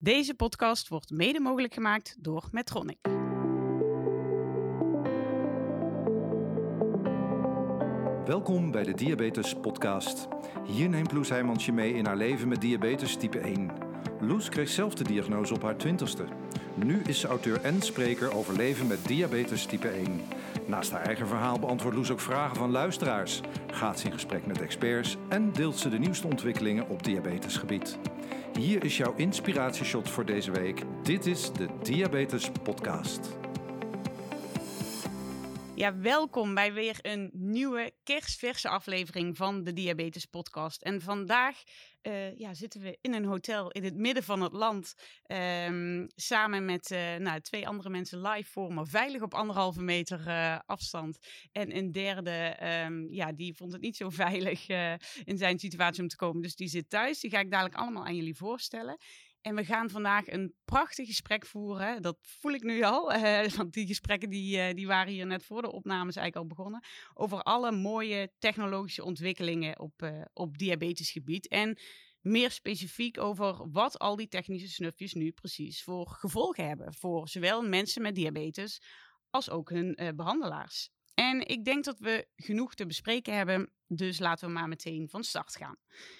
Deze podcast wordt mede mogelijk gemaakt door Medtronic. Welkom bij de Diabetes Podcast. Hier neemt Loes Heijmans je mee in haar leven met diabetes type 1. Loes kreeg zelf de diagnose op haar 20ste. Nu is ze auteur en spreker over leven met diabetes type 1. Naast haar eigen verhaal beantwoordt Loes ook vragen van luisteraars, gaat ze in gesprek met experts en deelt ze de nieuwste ontwikkelingen op diabetesgebied. Hier is jouw inspiratieshot voor deze week. Dit is de Diabetes Podcast. Ja, welkom bij weer een nieuwe kerstverse aflevering van de Diabetes Podcast. En vandaag zitten we in een hotel in het midden van het land. Samen met twee andere mensen live voor me. Veilig op 1,5 meter afstand. En een derde, die vond het niet zo veilig in zijn situatie om te komen. Dus die zit thuis. Die ga ik dadelijk allemaal aan jullie voorstellen. En we gaan vandaag een prachtig gesprek voeren. Dat voel ik nu al. Want die gesprekken die waren hier net voor de opnames eigenlijk al begonnen. Over alle mooie technologische ontwikkelingen op diabetesgebied. En meer specifiek over wat al die technische snufjes nu precies voor gevolgen hebben. Voor zowel mensen met diabetes als ook hun behandelaars. En ik denk dat we genoeg te bespreken hebben. Dus laten we maar meteen van start gaan.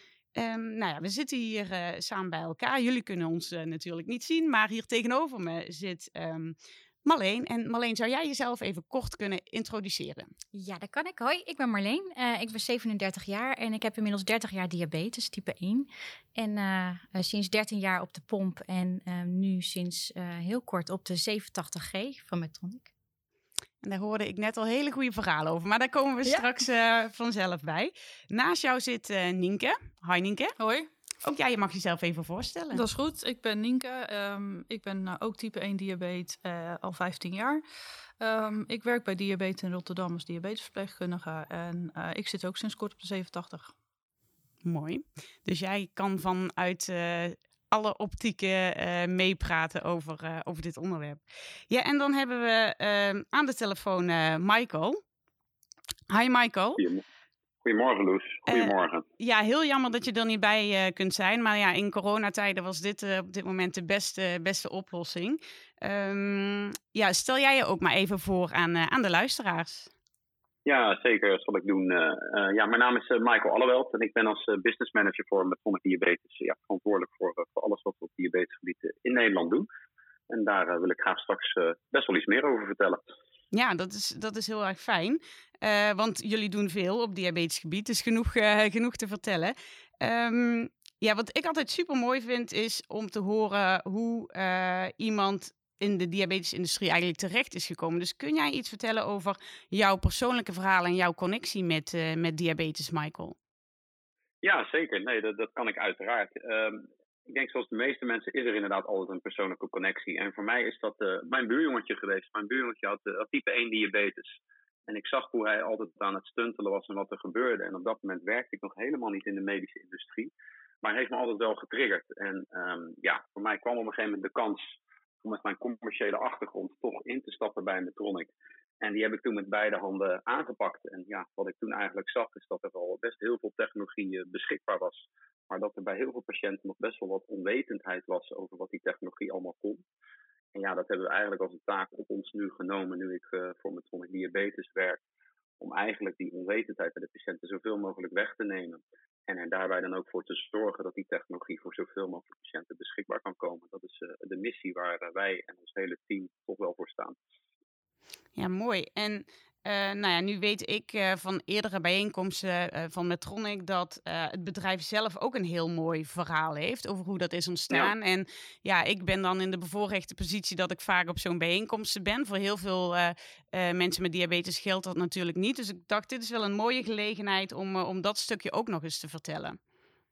We zitten hier samen bij elkaar. Jullie kunnen ons natuurlijk niet zien, maar hier tegenover me zit Marleen. En Marleen, zou jij jezelf even kort kunnen introduceren? Ja, dat kan ik. Hoi, ik ben Marleen. Ik ben 37 jaar en ik heb inmiddels 30 jaar diabetes, type 1. En sinds 13 jaar op de pomp en nu sinds heel kort op de 87G van Medtronic. En daar hoorde ik net al hele goede verhalen over, maar daar komen we straks vanzelf bij. Naast jou zit Nienke. Hi Nienke. Hoi. Ook jij, je mag jezelf even voorstellen. Dat is goed. Ik ben Nienke. Ik ben ook type 1 diabetes al 15 jaar. Ik werk bij Diabetes in Rotterdam als diabetesverpleegkundige. En ik zit ook sinds kort op de 87. Mooi. Dus jij kan vanuit alle optieken meepraten over dit onderwerp. Ja, en dan hebben we aan de telefoon Michael. Hi Michael. Goedemorgen Loes. Goedemorgen. Heel jammer dat je er niet bij kunt zijn. Maar ja, in coronatijden was dit op dit moment de beste oplossing. Stel jij je ook maar even voor aan de luisteraars. Ja, zeker. Dat zal ik doen. Mijn naam is Michael Alleweld en ik ben als business manager voor Medtronic Diabetes verantwoordelijk voor alles wat we op diabetesgebied in Nederland doen. En daar wil ik graag straks best wel iets meer over vertellen. Ja, dat is heel erg fijn. Want jullie doen veel op diabetesgebied, dus genoeg te vertellen. Wat ik altijd super mooi vind, is om te horen hoe iemand in de diabetesindustrie eigenlijk terecht is gekomen. Dus kun jij iets vertellen over jouw persoonlijke verhaal en jouw connectie met diabetes, Michael? Ja, zeker. Nee, dat kan ik uiteraard. Ik denk zoals de meeste mensen is er inderdaad altijd een persoonlijke connectie. En voor mij is dat mijn buurjongetje geweest. Mijn buurjongetje had type 1 diabetes. En ik zag hoe hij altijd aan het stuntelen was en wat er gebeurde. En op dat moment werkte ik nog helemaal niet in de medische industrie. Maar hij heeft me altijd wel getriggerd. En voor mij kwam op een gegeven moment de kans om met mijn commerciële achtergrond toch in te stappen bij Medtronic. En die heb ik toen met beide handen aangepakt. En ja, wat ik toen eigenlijk zag is dat er al best heel veel technologie beschikbaar was. Maar dat er bij heel veel patiënten nog best wel wat onwetendheid was over wat die technologie allemaal kon. En ja, dat hebben we eigenlijk als een taak op ons nu genomen, nu ik voor Medtronic Diabetes werk. Om eigenlijk die onwetendheid bij de patiënten zoveel mogelijk weg te nemen. En er daarbij dan ook voor te zorgen dat die technologie voor zoveel mogelijk patiënten beschikbaar kan komen. Dat is de missie waar wij en ons hele team toch wel voor staan. Ja, mooi. En nu weet ik van eerdere bijeenkomsten van Medtronic dat het bedrijf zelf ook een heel mooi verhaal heeft over hoe dat is ontstaan. Ja. En ja, ik ben dan in de bevoorrechte positie dat ik vaak op zo'n bijeenkomsten ben. Voor heel veel mensen met diabetes geldt dat natuurlijk niet. Dus ik dacht, dit is wel een mooie gelegenheid om dat stukje ook nog eens te vertellen.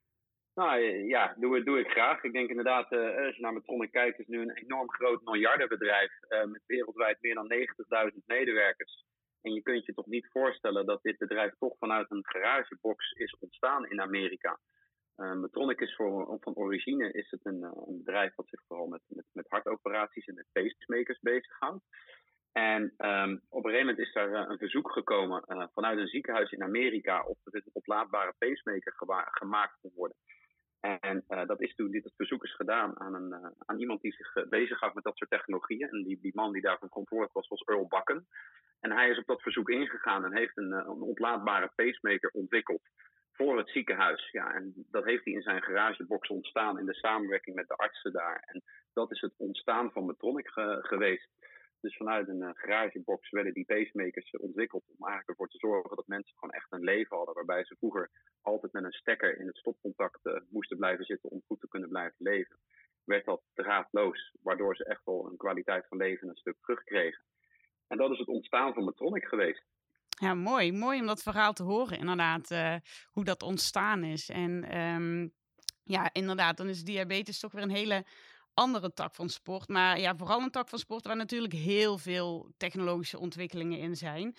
Nou ja, doe ik graag. Ik denk inderdaad, als je naar Medtronic kijkt, is nu een enorm groot miljardenbedrijf met wereldwijd meer dan 90.000 medewerkers. En je kunt je toch niet voorstellen dat dit bedrijf toch vanuit een garagebox is ontstaan in Amerika. Medtronic is van origine is het een bedrijf dat zich vooral met hartoperaties en met pacemakers bezighoudt. En op een gegeven moment is daar een verzoek gekomen vanuit een ziekenhuis in Amerika of er een oplaadbare pacemaker gemaakt kon worden. En dat is toen dit verzoek is gedaan aan iemand die zich bezighoudt met dat soort technologieën. En die man die daarvoor verantwoordelijk was Earl Bakken. En hij is op dat verzoek ingegaan en heeft een ontlaadbare pacemaker ontwikkeld voor het ziekenhuis. Ja, en dat heeft hij in zijn garagebox ontstaan in de samenwerking met de artsen daar. En dat is het ontstaan van Medtronic geweest. Dus vanuit een garagebox werden die pacemakers ontwikkeld om eigenlijk ervoor te zorgen dat mensen gewoon echt een leven hadden. Waarbij ze vroeger altijd met een stekker in het stopcontact moesten blijven zitten om goed te kunnen blijven leven. Werd dat draadloos, waardoor ze echt wel een kwaliteit van leven een stuk terugkregen. En dat is het ontstaan van Medtronic geweest. Ja, mooi. Mooi om dat verhaal te horen, inderdaad, hoe dat ontstaan is. En ja, inderdaad, dan is diabetes toch weer een hele andere tak van sport. Maar ja, vooral een tak van sport waar natuurlijk heel veel technologische ontwikkelingen in zijn.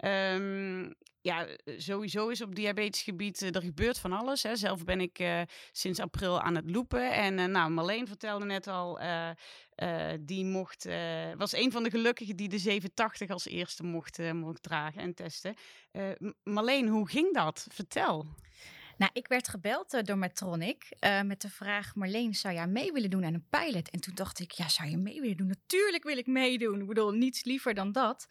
Ja, sowieso is op diabetesgebied, er gebeurt van alles. Hè. Zelf ben ik sinds april aan het loepen. En nou, Marleen vertelde net al, die was een van de gelukkigen die de 780 als eerste mocht dragen en testen. Marleen, hoe ging dat? Vertel. Nou, ik werd gebeld door Medtronic met de vraag: Marleen, zou jij mee willen doen aan een pilot? En toen dacht ik, ja, zou je mee willen doen? Natuurlijk wil ik meedoen. Ik bedoel, niets liever dan dat.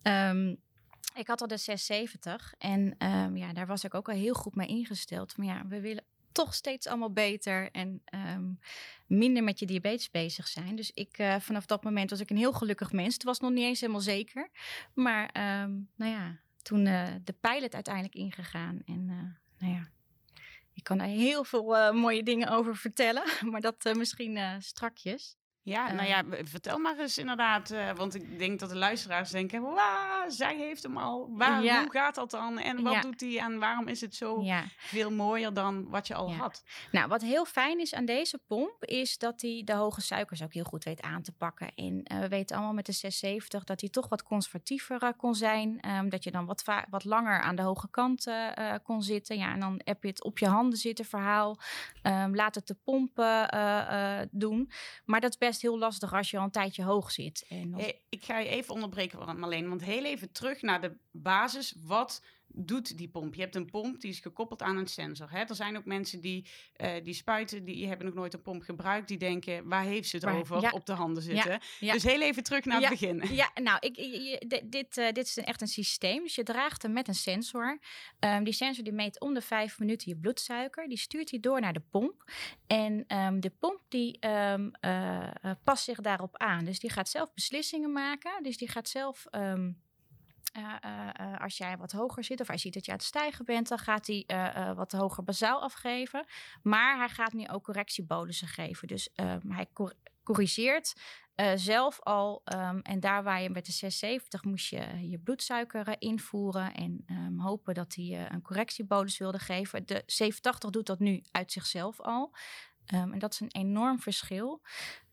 Ik had al de 670 en ja, daar was ik ook al heel goed mee ingesteld. Maar ja, we willen toch steeds allemaal beter en minder met je diabetes bezig zijn. Dus vanaf dat moment was ik een heel gelukkig mens. Het was nog niet eens helemaal zeker. Maar nou ja, toen de pilot uiteindelijk ingegaan en nou ja, ik kan daar heel veel mooie dingen over vertellen, maar dat misschien strakjes. Ja, nou ja, vertel maar eens inderdaad. Want ik denk dat de luisteraars denken, wauw, zij heeft hem al. Hoe gaat dat dan? En wat doet hij? En waarom is het zo veel mooier dan wat je al had? Nou, wat heel fijn is aan deze pomp, is dat hij de hoge suikers ook heel goed weet aan te pakken. En we weten allemaal met de 670 dat hij toch wat conservatiever kon zijn. Dat je dan wat langer aan de hoge kant kon zitten. Ja, en dan heb je het op je handen zitten verhaal. Laat het de pomp doen. Maar dat is best heel lastig als je al een tijdje hoog zit. Ik ga je even onderbreken, Marleen, want heel even terug naar de basis. Wat doet die pomp? Je hebt een pomp, die is gekoppeld aan een sensor. Hè? Er zijn ook mensen die spuiten, die hebben nog nooit een pomp gebruikt. Die denken, waar heeft ze het over? Ja. Op de handen zitten. Ja. Dus heel even terug naar het begin. Ja, nou, dit is echt een systeem. Dus je draagt hem met een sensor. Die sensor die meet om de 5 minuten je bloedsuiker. Die stuurt hij door naar de pomp. En de pomp die past zich daarop aan. Dus die gaat zelf beslissingen maken. Dus die gaat zelf als jij wat hoger zit of hij ziet dat je aan het stijgen bent, dan gaat hij wat hoger basaal afgeven. Maar hij gaat nu ook correctiebolussen geven. Dus hij corrigeert zelf al. En daar waar je met de 670 moest je bloedsuiker invoeren en hopen dat hij een correctiebolus wilde geven. De 780 doet dat nu uit zichzelf al. En dat is een enorm verschil.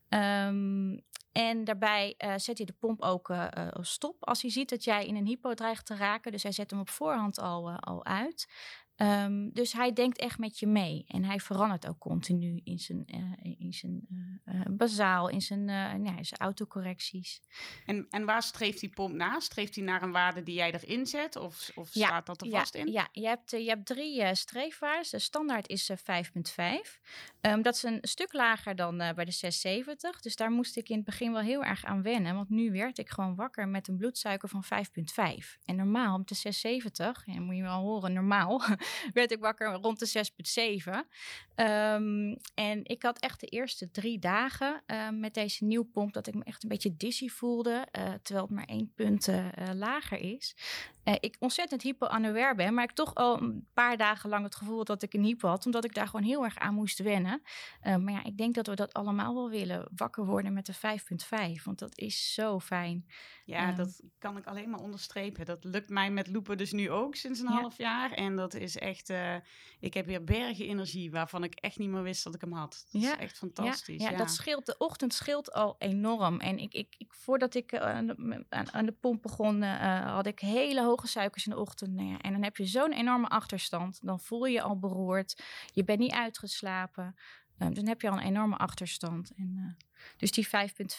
En daarbij zet hij de pomp ook stop als hij ziet dat jij in een hypo dreigt te raken. Dus hij zet hem op voorhand al uit. Dus hij denkt echt met je mee. En hij verandert ook continu in zijn basaal, in zijn autocorrecties. En waar streeft die pomp naar? Streeft hij naar een waarde die jij erin zet? Of staat dat er vast in? Ja, je hebt 3 streefwaardes. De standaard is 5,5. Dat is een stuk lager dan bij de 670. Dus daar moest ik in het begin wel heel erg aan wennen. Want nu werd ik gewoon wakker met een bloedsuiker van 5,5. En normaal op de 670, en moet je wel horen, normaal werd ik wakker rond de 6,7. En ik had echt de eerste 3 dagen met deze nieuwe pomp dat ik me echt een beetje dizzy voelde. Terwijl het maar 1 punt lager is. Ik ontzettend hypoanuair ben, maar ik toch al een paar dagen lang het gevoel dat ik een hypo had, omdat ik daar gewoon heel erg aan moest wennen. Maar ja, ik denk dat we dat allemaal wel willen, wakker worden met de 5,5, want dat is zo fijn. Ja, dat kan ik alleen maar onderstrepen. Dat lukt mij met loepen dus nu ook sinds een half jaar. En dat is echt, ik heb weer bergen energie waarvan ik echt niet meer wist dat ik hem had. Dat is echt fantastisch. Ja, dat scheelt, de ochtend scheelt al enorm. En ik voordat ik aan de pomp begon, had ik hele hoge suikers in de ochtend. Nou ja, en dan heb je zo'n enorme achterstand. Dan voel je je al beroerd. Je bent niet uitgeslapen. Dan heb je al een enorme achterstand. En, dus die 5,5.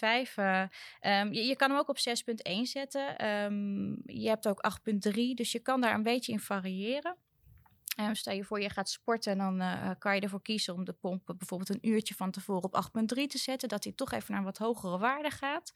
Je kan hem ook op 6,1 zetten. Je hebt ook 8,3. Dus je kan daar een beetje in variëren. Stel je voor je gaat sporten, dan kan je ervoor kiezen om de pomp bijvoorbeeld een uurtje van tevoren op 8,3 te zetten. Dat hij toch even naar een wat hogere waarde gaat.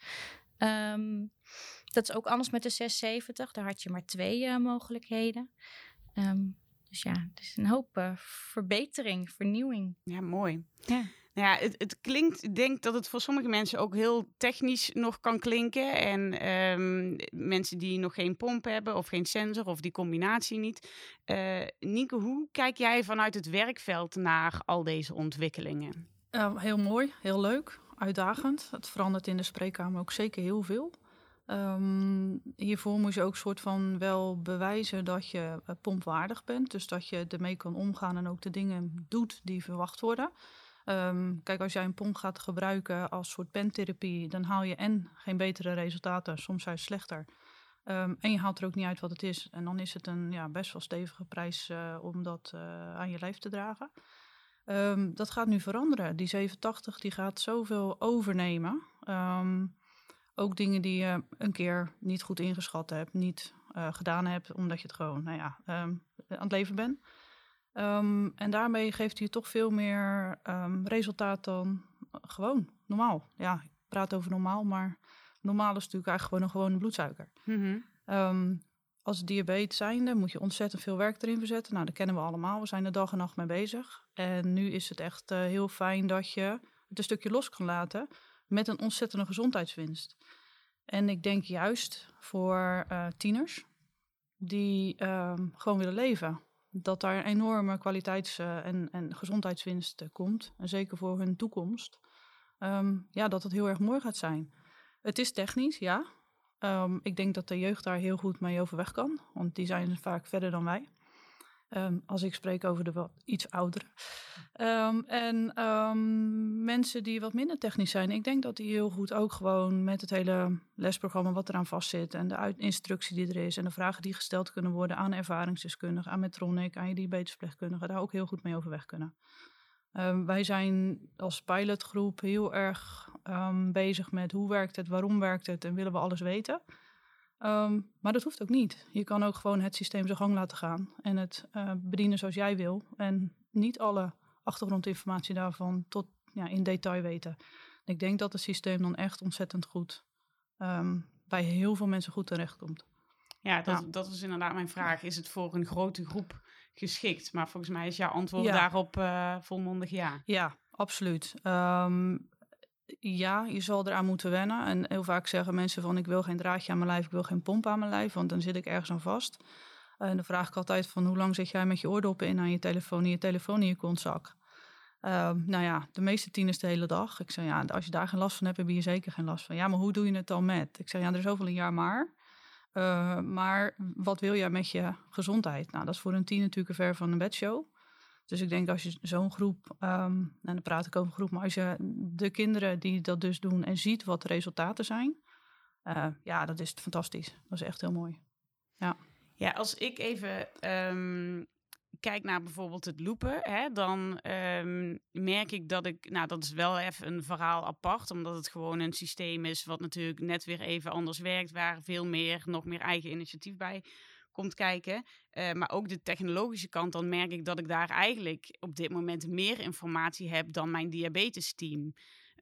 Dat is ook anders met de 670. Daar had je maar 2 mogelijkheden. Dus ja, het is een hoop verbetering, vernieuwing. Ja, mooi. Ja. Nou ja, het klinkt, ik denk dat het voor sommige mensen ook heel technisch nog kan klinken. En mensen die nog geen pomp hebben of geen sensor of die combinatie niet. Nienke, hoe kijk jij vanuit het werkveld naar al deze ontwikkelingen? Heel mooi, heel leuk, uitdagend. Het verandert in de spreekkamer ook zeker heel veel. Hiervoor moet je ook soort van wel bewijzen dat je pompwaardig bent. Dus dat je ermee kan omgaan en ook de dingen doet die verwacht worden. Kijk, als jij een pomp gaat gebruiken als soort pentherapie, dan haal je en geen betere resultaten, soms juist slechter. En je haalt er ook niet uit wat het is. En dan is het een best wel stevige prijs om dat aan je lijf te dragen. Dat gaat nu veranderen. Die 780 die gaat zoveel overnemen. Ook dingen die je een keer niet goed ingeschat hebt, niet gedaan hebt, omdat je het gewoon aan het leven bent. En daarmee geeft hij toch veel meer resultaat dan gewoon normaal. Ja, ik praat over normaal, maar normaal is natuurlijk eigenlijk gewoon een gewone bloedsuiker. Mm-hmm. Als diabetes zijnde moet je ontzettend veel werk erin verzetten. Nou, dat kennen we allemaal. We zijn er dag en nacht mee bezig. En nu is het echt heel fijn dat je het een stukje los kan laten met een ontzettende gezondheidswinst. En ik denk juist voor tieners die gewoon willen leven, dat daar een enorme kwaliteits- en gezondheidswinst komt. En zeker voor hun toekomst. Dat het heel erg mooi gaat zijn. Het is technisch, ja. Ik denk dat de jeugd daar heel goed mee overweg kan. Want die zijn vaak verder dan wij. Als ik spreek over de wat iets ouderen. Mensen die wat minder technisch zijn. Ik denk dat die heel goed ook gewoon met het hele lesprogramma wat eraan vastzit. En de instructie die er is. En de vragen die gesteld kunnen worden aan ervaringsdeskundigen. Aan Medtronic, aan je diabetesverpleegkundigen. Daar ook heel goed mee overweg kunnen. Wij zijn als pilotgroep heel erg bezig met hoe werkt het, waarom werkt het en willen we alles weten. Maar dat hoeft ook niet. Je kan ook gewoon het systeem zijn gang laten gaan en het bedienen zoals jij wil. En niet alle achtergrondinformatie daarvan tot in detail weten. Ik denk dat het systeem dan echt ontzettend goed bij heel veel mensen goed terechtkomt. Ja, dat was inderdaad mijn vraag. Is het voor een grote groep geschikt? Maar volgens mij is jouw antwoord daarop volmondig ja. Ja, absoluut. Ja, je zal eraan moeten wennen. En heel vaak zeggen mensen van ik wil geen draadje aan mijn lijf, ik wil geen pomp aan mijn lijf, want dan zit ik ergens aan vast. En dan vraag ik altijd van hoe lang zit jij met je oordoppen in aan je telefoon in je kontzak? De meeste tieners de hele dag. Ik zeg als je daar geen last van hebt, heb je hier zeker geen last van. Ja, maar hoe doe je het dan met? Ik zeg er is zoveel een jaar maar. Maar wat wil jij met je gezondheid? Nou, dat is voor een tiener natuurlijk een ver van een bedshow. Dus ik denk als je zo'n groep, en dan praat ik over groep, maar als je de kinderen die dat dus doen en ziet wat de resultaten zijn, dat is fantastisch. Dat is echt heel mooi. Ja. Ja, als ik even kijk naar bijvoorbeeld het loepen, dan merk ik dat is wel even een verhaal apart, omdat het gewoon een systeem is wat natuurlijk net weer even anders werkt, waar nog meer eigen initiatief bij komt kijken. Maar ook de technologische kant, dan merk ik dat ik daar eigenlijk op dit moment meer informatie heb dan mijn diabetesteam.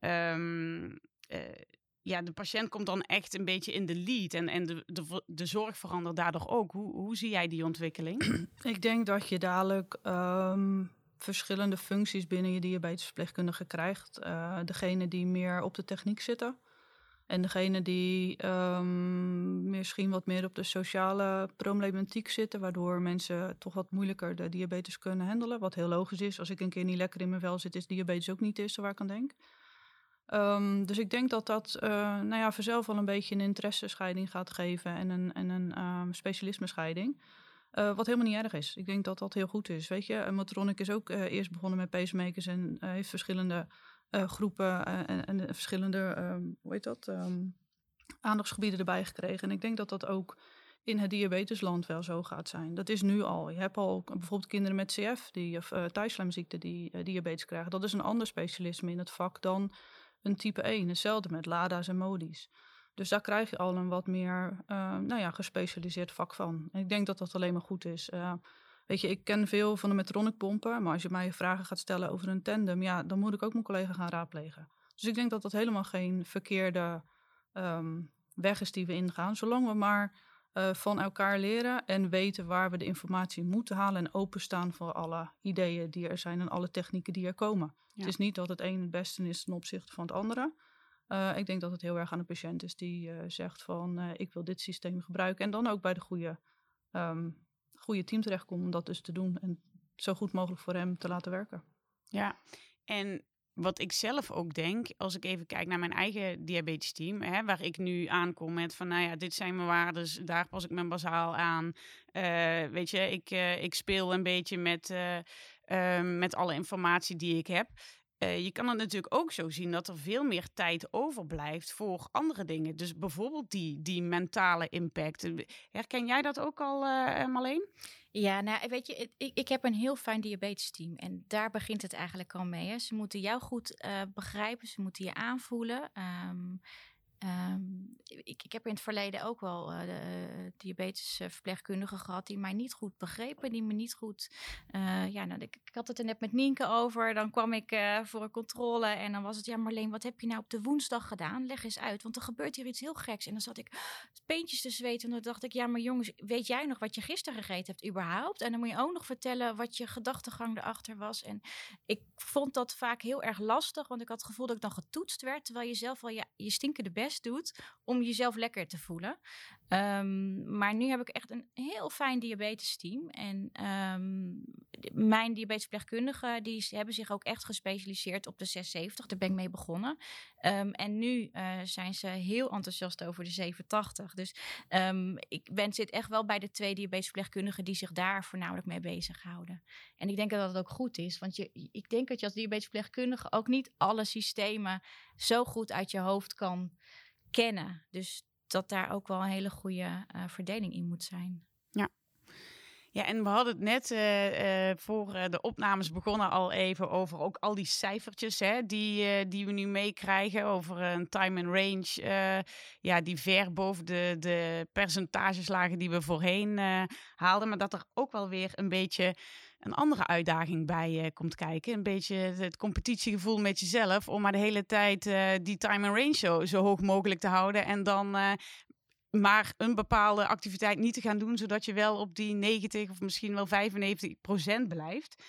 De patiënt komt dan echt een beetje in de lead en de zorg verandert daardoor ook. Hoe zie jij die ontwikkeling? Ik denk dat je dadelijk verschillende functies binnen je diabetesverpleegkundige krijgt. Degene die meer op de techniek zitten. En degene die misschien wat meer op de sociale problematiek zitten, waardoor mensen toch wat moeilijker de diabetes kunnen handelen. Wat heel logisch is. Als ik een keer niet lekker in mijn vel zit, is diabetes ook niet het eerste waar ik aan denk. Dus ik denk dat dat vanzelf al een beetje een interessescheiding gaat geven en een specialismescheiding. Wat helemaal niet erg is. Ik denk dat dat heel goed is. Weet je, Medtronic is ook eerst begonnen met pacemakers en heeft verschillende groepen en verschillende aandachtsgebieden erbij gekregen. En ik denk dat dat ook in het diabetesland wel zo gaat zijn. Dat is nu al. Je hebt al bijvoorbeeld kinderen met CF of thuisslijmziekte die diabetes krijgen. Dat is een ander specialisme in het vak dan een type 1. Hetzelfde met LADA's en MODI's. Dus daar krijg je al een wat meer gespecialiseerd vak van. En ik denk dat dat alleen maar goed is. weet je, ik ken veel van de Medtronic pompen, maar als je mij vragen gaat stellen over een Tandem, ja, dan moet ik ook mijn collega gaan raadplegen. Dus ik denk dat dat helemaal geen verkeerde weg is die we ingaan, zolang we maar van elkaar leren en weten waar we de informatie moeten halen en openstaan voor alle ideeën die er zijn en alle technieken die er komen. Ja. Het is niet dat het een het beste is ten opzichte van het andere. Ik denk dat het heel erg aan de patiënt is die zegt van ik wil dit systeem gebruiken en dan ook bij de goede team terechtkomt om dat dus te doen en zo goed mogelijk voor hem te laten werken. Ja, en wat ik zelf ook denk, als ik even kijk naar mijn eigen diabetesteam, waar ik nu aankom met van, nou ja, dit zijn mijn waardes, daar pas ik mijn basaal aan. Weet je, ik speel een beetje met alle informatie die ik heb. Je kan het natuurlijk ook zo zien dat er veel meer tijd overblijft voor andere dingen. Dus bijvoorbeeld die mentale impact. Herken jij dat ook al, Marleen? Ja, nou weet je, ik heb een heel fijn diabetesteam en daar begint het eigenlijk al mee. Hè. Ze moeten jou goed begrijpen, ze moeten je aanvoelen. Ik heb in het verleden ook wel diabetesverpleegkundigen gehad die mij niet goed begrepen, die me niet goed... ik had het er net met Nienke over, dan kwam ik voor een controle en dan was het, ja Marleen, wat heb je nou op de woensdag gedaan? Leg eens uit, want er gebeurt hier iets heel geks. En dan zat ik peentjes te zweten en dan dacht ik, ja maar jongens, weet jij nog wat je gisteren gegeten hebt überhaupt? En dan moet je ook nog vertellen wat je gedachtegang erachter was. En ik vond dat vaak heel erg lastig, want ik had het gevoel dat ik dan getoetst werd, terwijl je zelf wel je stinkende best doet om jezelf lekker te voelen. Maar nu heb ik echt een heel fijn diabetesteam. En mijn diabetesverpleegkundigen die hebben zich ook echt gespecialiseerd op de 670. Daar ben ik mee begonnen. En nu zijn ze heel enthousiast over de 780. Dus ik zit echt wel bij de 2 diabetesverpleegkundigen die zich daar voornamelijk mee bezighouden. En ik denk dat dat ook goed is. Want ik denk dat je als diabetesverpleegkundige ook niet alle systemen zo goed uit je hoofd kan kennen. Dus dat daar ook wel een hele goede verdeling in moet zijn. Ja, en we hadden het net voor de opnames begonnen al even over ook al die cijfertjes die we nu meekrijgen. Over een time and range die ver boven de percentages lagen die we voorheen haalden. Maar dat er ook wel weer een beetje een andere uitdaging bij komt kijken. Een beetje het competitiegevoel met jezelf om maar de hele tijd die time and range zo hoog mogelijk te houden. En dan maar een bepaalde activiteit niet te gaan doen, zodat je wel op die 90 of misschien wel 95% blijft.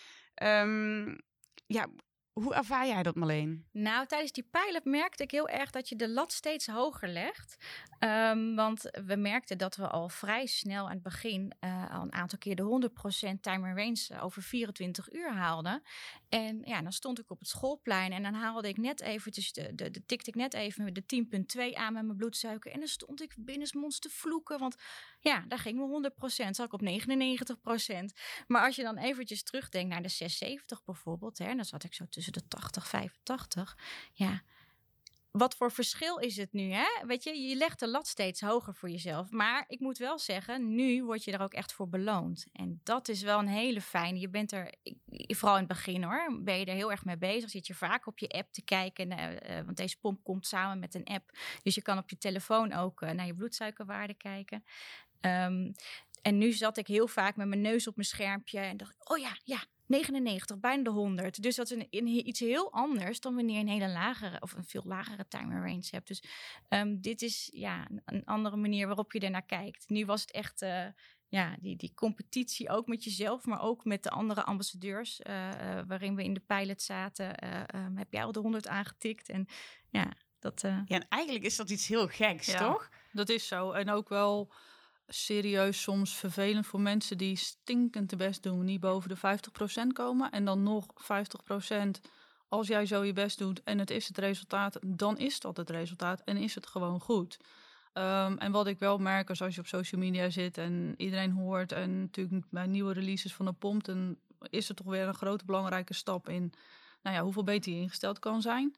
Hoe ervaar jij dat, Marleen? Nou, tijdens die pilot merkte ik heel erg dat je de lat steeds hoger legt. Want we merkten dat we al vrij snel aan het begin al een aantal keer de 100% time and range over 24 uur haalden. En ja, dan stond ik op het schoolplein en dan haalde ik net eventjes, tikte ik net even de 10,2 aan met mijn bloedsuiker. En dan stond ik binnensmonds te vloeken, want ja, daar ging me 100%, zat ik op 99%. Maar als je dan eventjes terugdenkt naar de 670 bijvoorbeeld, dan zat ik zo tussen de 80, 85. Ja, wat voor verschil is het nu, hè? Weet je legt de lat steeds hoger voor jezelf. Maar ik moet wel zeggen, nu word je er ook echt voor beloond. En dat is wel een hele fijne. Je bent er, vooral in het begin hoor, ben je er heel erg mee bezig. Zit je vaak op je app te kijken. Want deze pomp komt samen met een app. Dus je kan op je telefoon ook naar je bloedsuikerwaarde kijken. En nu zat ik heel vaak met mijn neus op mijn schermpje. En dacht, oh ja, 99, bijna de 100. Dus dat is iets heel anders dan wanneer je een hele lagere of een veel lagere time range hebt. Dus dit is een andere manier waarop je ernaar kijkt. Nu was het echt die competitie ook met jezelf, maar ook met de andere ambassadeurs waarin we in de pilot zaten. Heb jij al de 100 aangetikt? En dat. Ja, en eigenlijk is dat iets heel geks, toch? Dat is zo. En ook wel serieus soms vervelend voor mensen die stinkend de best doen, niet boven de 50% komen. En dan nog 50%, als jij zo je best doet en het is het resultaat, dan is dat het resultaat en is het gewoon goed. En wat ik wel merk als je op social media zit en iedereen hoort en natuurlijk bij nieuwe releases van de pomp, dan is het toch weer een grote belangrijke stap in hoeveel beter je ingesteld kan zijn.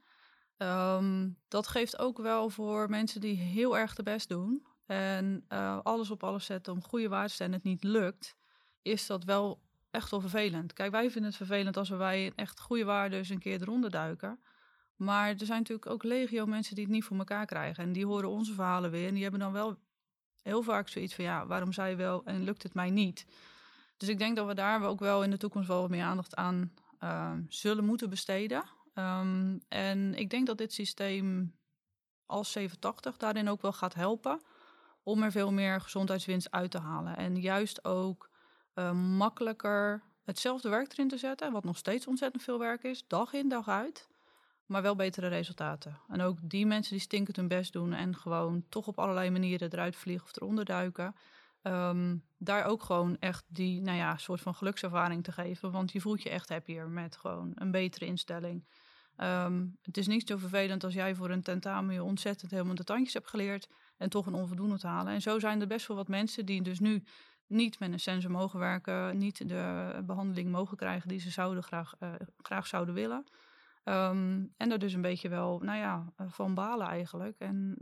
Dat geeft ook wel voor mensen die heel erg de best doen en alles op alles zetten om goede waarden en het niet lukt, is dat wel echt wel vervelend. Kijk, wij vinden het vervelend als wij echt goede waarden dus een keer eronder duiken. Maar er zijn natuurlijk ook legio mensen die het niet voor elkaar krijgen. En die horen onze verhalen weer. En die hebben dan wel heel vaak zoiets van, waarom zei je wel en lukt het mij niet? Dus ik denk dat we daar ook wel in de toekomst wel wat meer aandacht aan zullen moeten besteden. En ik denk dat dit systeem als 87 daarin ook wel gaat helpen om er veel meer gezondheidswinst uit te halen. En juist ook makkelijker hetzelfde werk erin te zetten, wat nog steeds ontzettend veel werk is, dag in, dag uit, maar wel betere resultaten. En ook die mensen die stinkend hun best doen en gewoon toch op allerlei manieren eruit vliegen of eronder duiken, daar ook gewoon echt die soort van gelukservaring te geven. Want je voelt je echt happier met gewoon een betere instelling. Het is niet zo vervelend als jij voor een tentamen je ontzettend helemaal de tandjes hebt geleerd en toch een onvoldoende te halen. En zo zijn er best wel wat mensen die dus nu niet met een sensor mogen werken, niet de behandeling mogen krijgen die ze graag zouden willen. En daar dus een beetje wel, van balen eigenlijk. En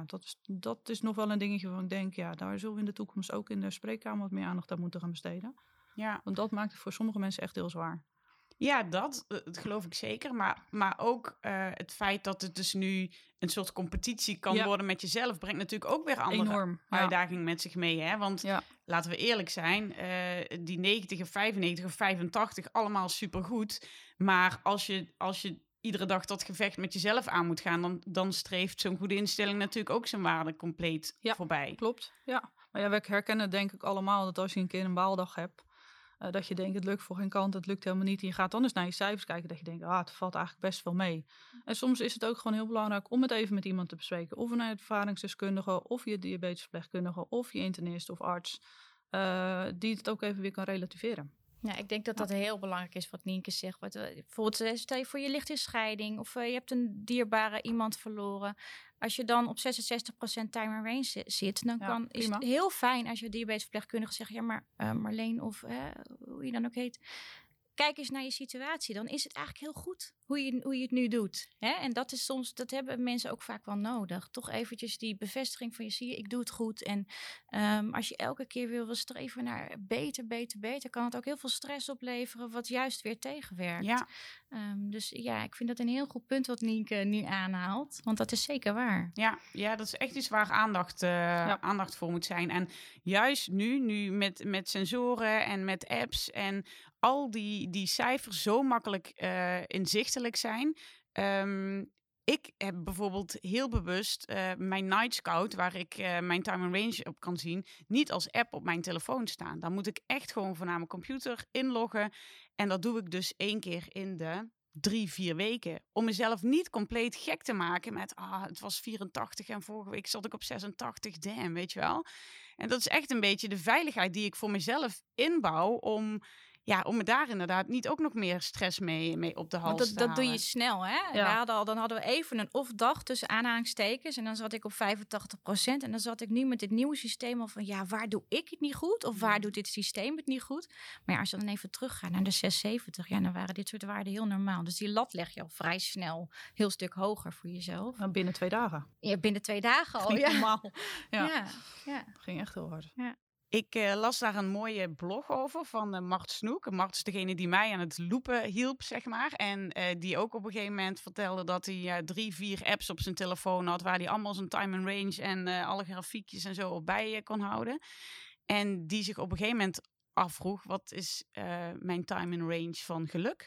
dat is nog wel een dingetje waarvan ik denk, daar zullen we in de toekomst ook in de spreekkamer wat meer aandacht aan moeten gaan besteden. Ja. Want dat maakt het voor sommige mensen echt heel zwaar. Ja, dat geloof ik zeker. Maar ook het feit dat het dus nu een soort competitie kan worden met jezelf, brengt natuurlijk ook weer andere uitdagingen met zich mee. Hè? Want laten we eerlijk zijn, die 90 of 95 of 85, allemaal supergoed. Maar als je iedere dag dat gevecht met jezelf aan moet gaan, dan streeft zo'n goede instelling natuurlijk ook zijn waarde compleet voorbij. Klopt, ja. Maar we herkennen denk ik allemaal dat als je een keer een baaldag hebt, dat je denkt, het lukt voor geen kant, het lukt helemaal niet. En je gaat dan eens naar je cijfers kijken, dat je denkt, het valt eigenlijk best wel mee. En soms is het ook gewoon heel belangrijk om het even met iemand te bespreken. Of een ervaringsdeskundige, of je diabetesverpleegkundige, of je internist of arts, die het ook even weer kan relativeren. Ja, ik denk dat dat heel belangrijk is wat Nienke zegt. Bijvoorbeeld, stel je voor je ligt in scheiding of je hebt een dierbare iemand verloren. Als je dan op 66% time and range zit, dan is het heel fijn als je diabetesverpleegkundige zegt, maar Marleen of hoe je dan ook heet, kijk eens naar je situatie. Dan is het eigenlijk heel goed hoe je het nu doet. Hè? En dat is soms, dat hebben mensen ook vaak wel nodig. Toch eventjes die bevestiging van zie je, ik doe het goed. En als je elke keer wil streven naar beter, kan het ook heel veel stress opleveren, wat juist weer tegenwerkt. Ja. Dus ik vind dat een heel goed punt wat Nienke nu aanhaalt. Want dat is zeker waar. Ja, dat is echt iets waar aandacht voor moet zijn. En juist nu met sensoren en met apps en al die cijfers zo makkelijk inzichtelijk zijn. Ik heb bijvoorbeeld heel bewust mijn Night Scout, waar ik mijn time and range op kan zien, niet als app op mijn telefoon staan. Dan moet ik echt gewoon van mijn computer inloggen. En dat doe ik dus 1 keer in de 3-4 weken. Om mezelf niet compleet gek te maken met, het was 84 en vorige week zat ik op 86, damn, weet je wel. En dat is echt een beetje de veiligheid die ik voor mezelf inbouw om me daar inderdaad niet ook nog meer stress mee op de hals te halen. Dat doe je snel, hè? Ja. Dan hadden we even een off-dag tussen aanhalingstekens. En dan zat ik op 85%. En dan zat ik nu met dit nieuwe systeem al van, waar doe ik het niet goed? Of waar doet dit systeem het niet goed? Maar als je dan even teruggaat naar de 670, dan waren dit soort waarden heel normaal. Dus die lat leg je al vrij snel heel stuk hoger voor jezelf. Nou, binnen 2 dagen. Ja, binnen 2 dagen al. Normaal. Ja. Ging echt heel hard. Ja. Ik las daar een mooie blog over van Mart Snoek. Mart is degene die mij aan het loopen hielp, zeg maar. En die ook op een gegeven moment vertelde dat hij 3-4 apps op zijn telefoon had, waar hij allemaal zijn time and range en alle grafiekjes en zo op bij kon houden. En die zich op een gegeven moment afvroeg, wat is mijn time and range van geluk?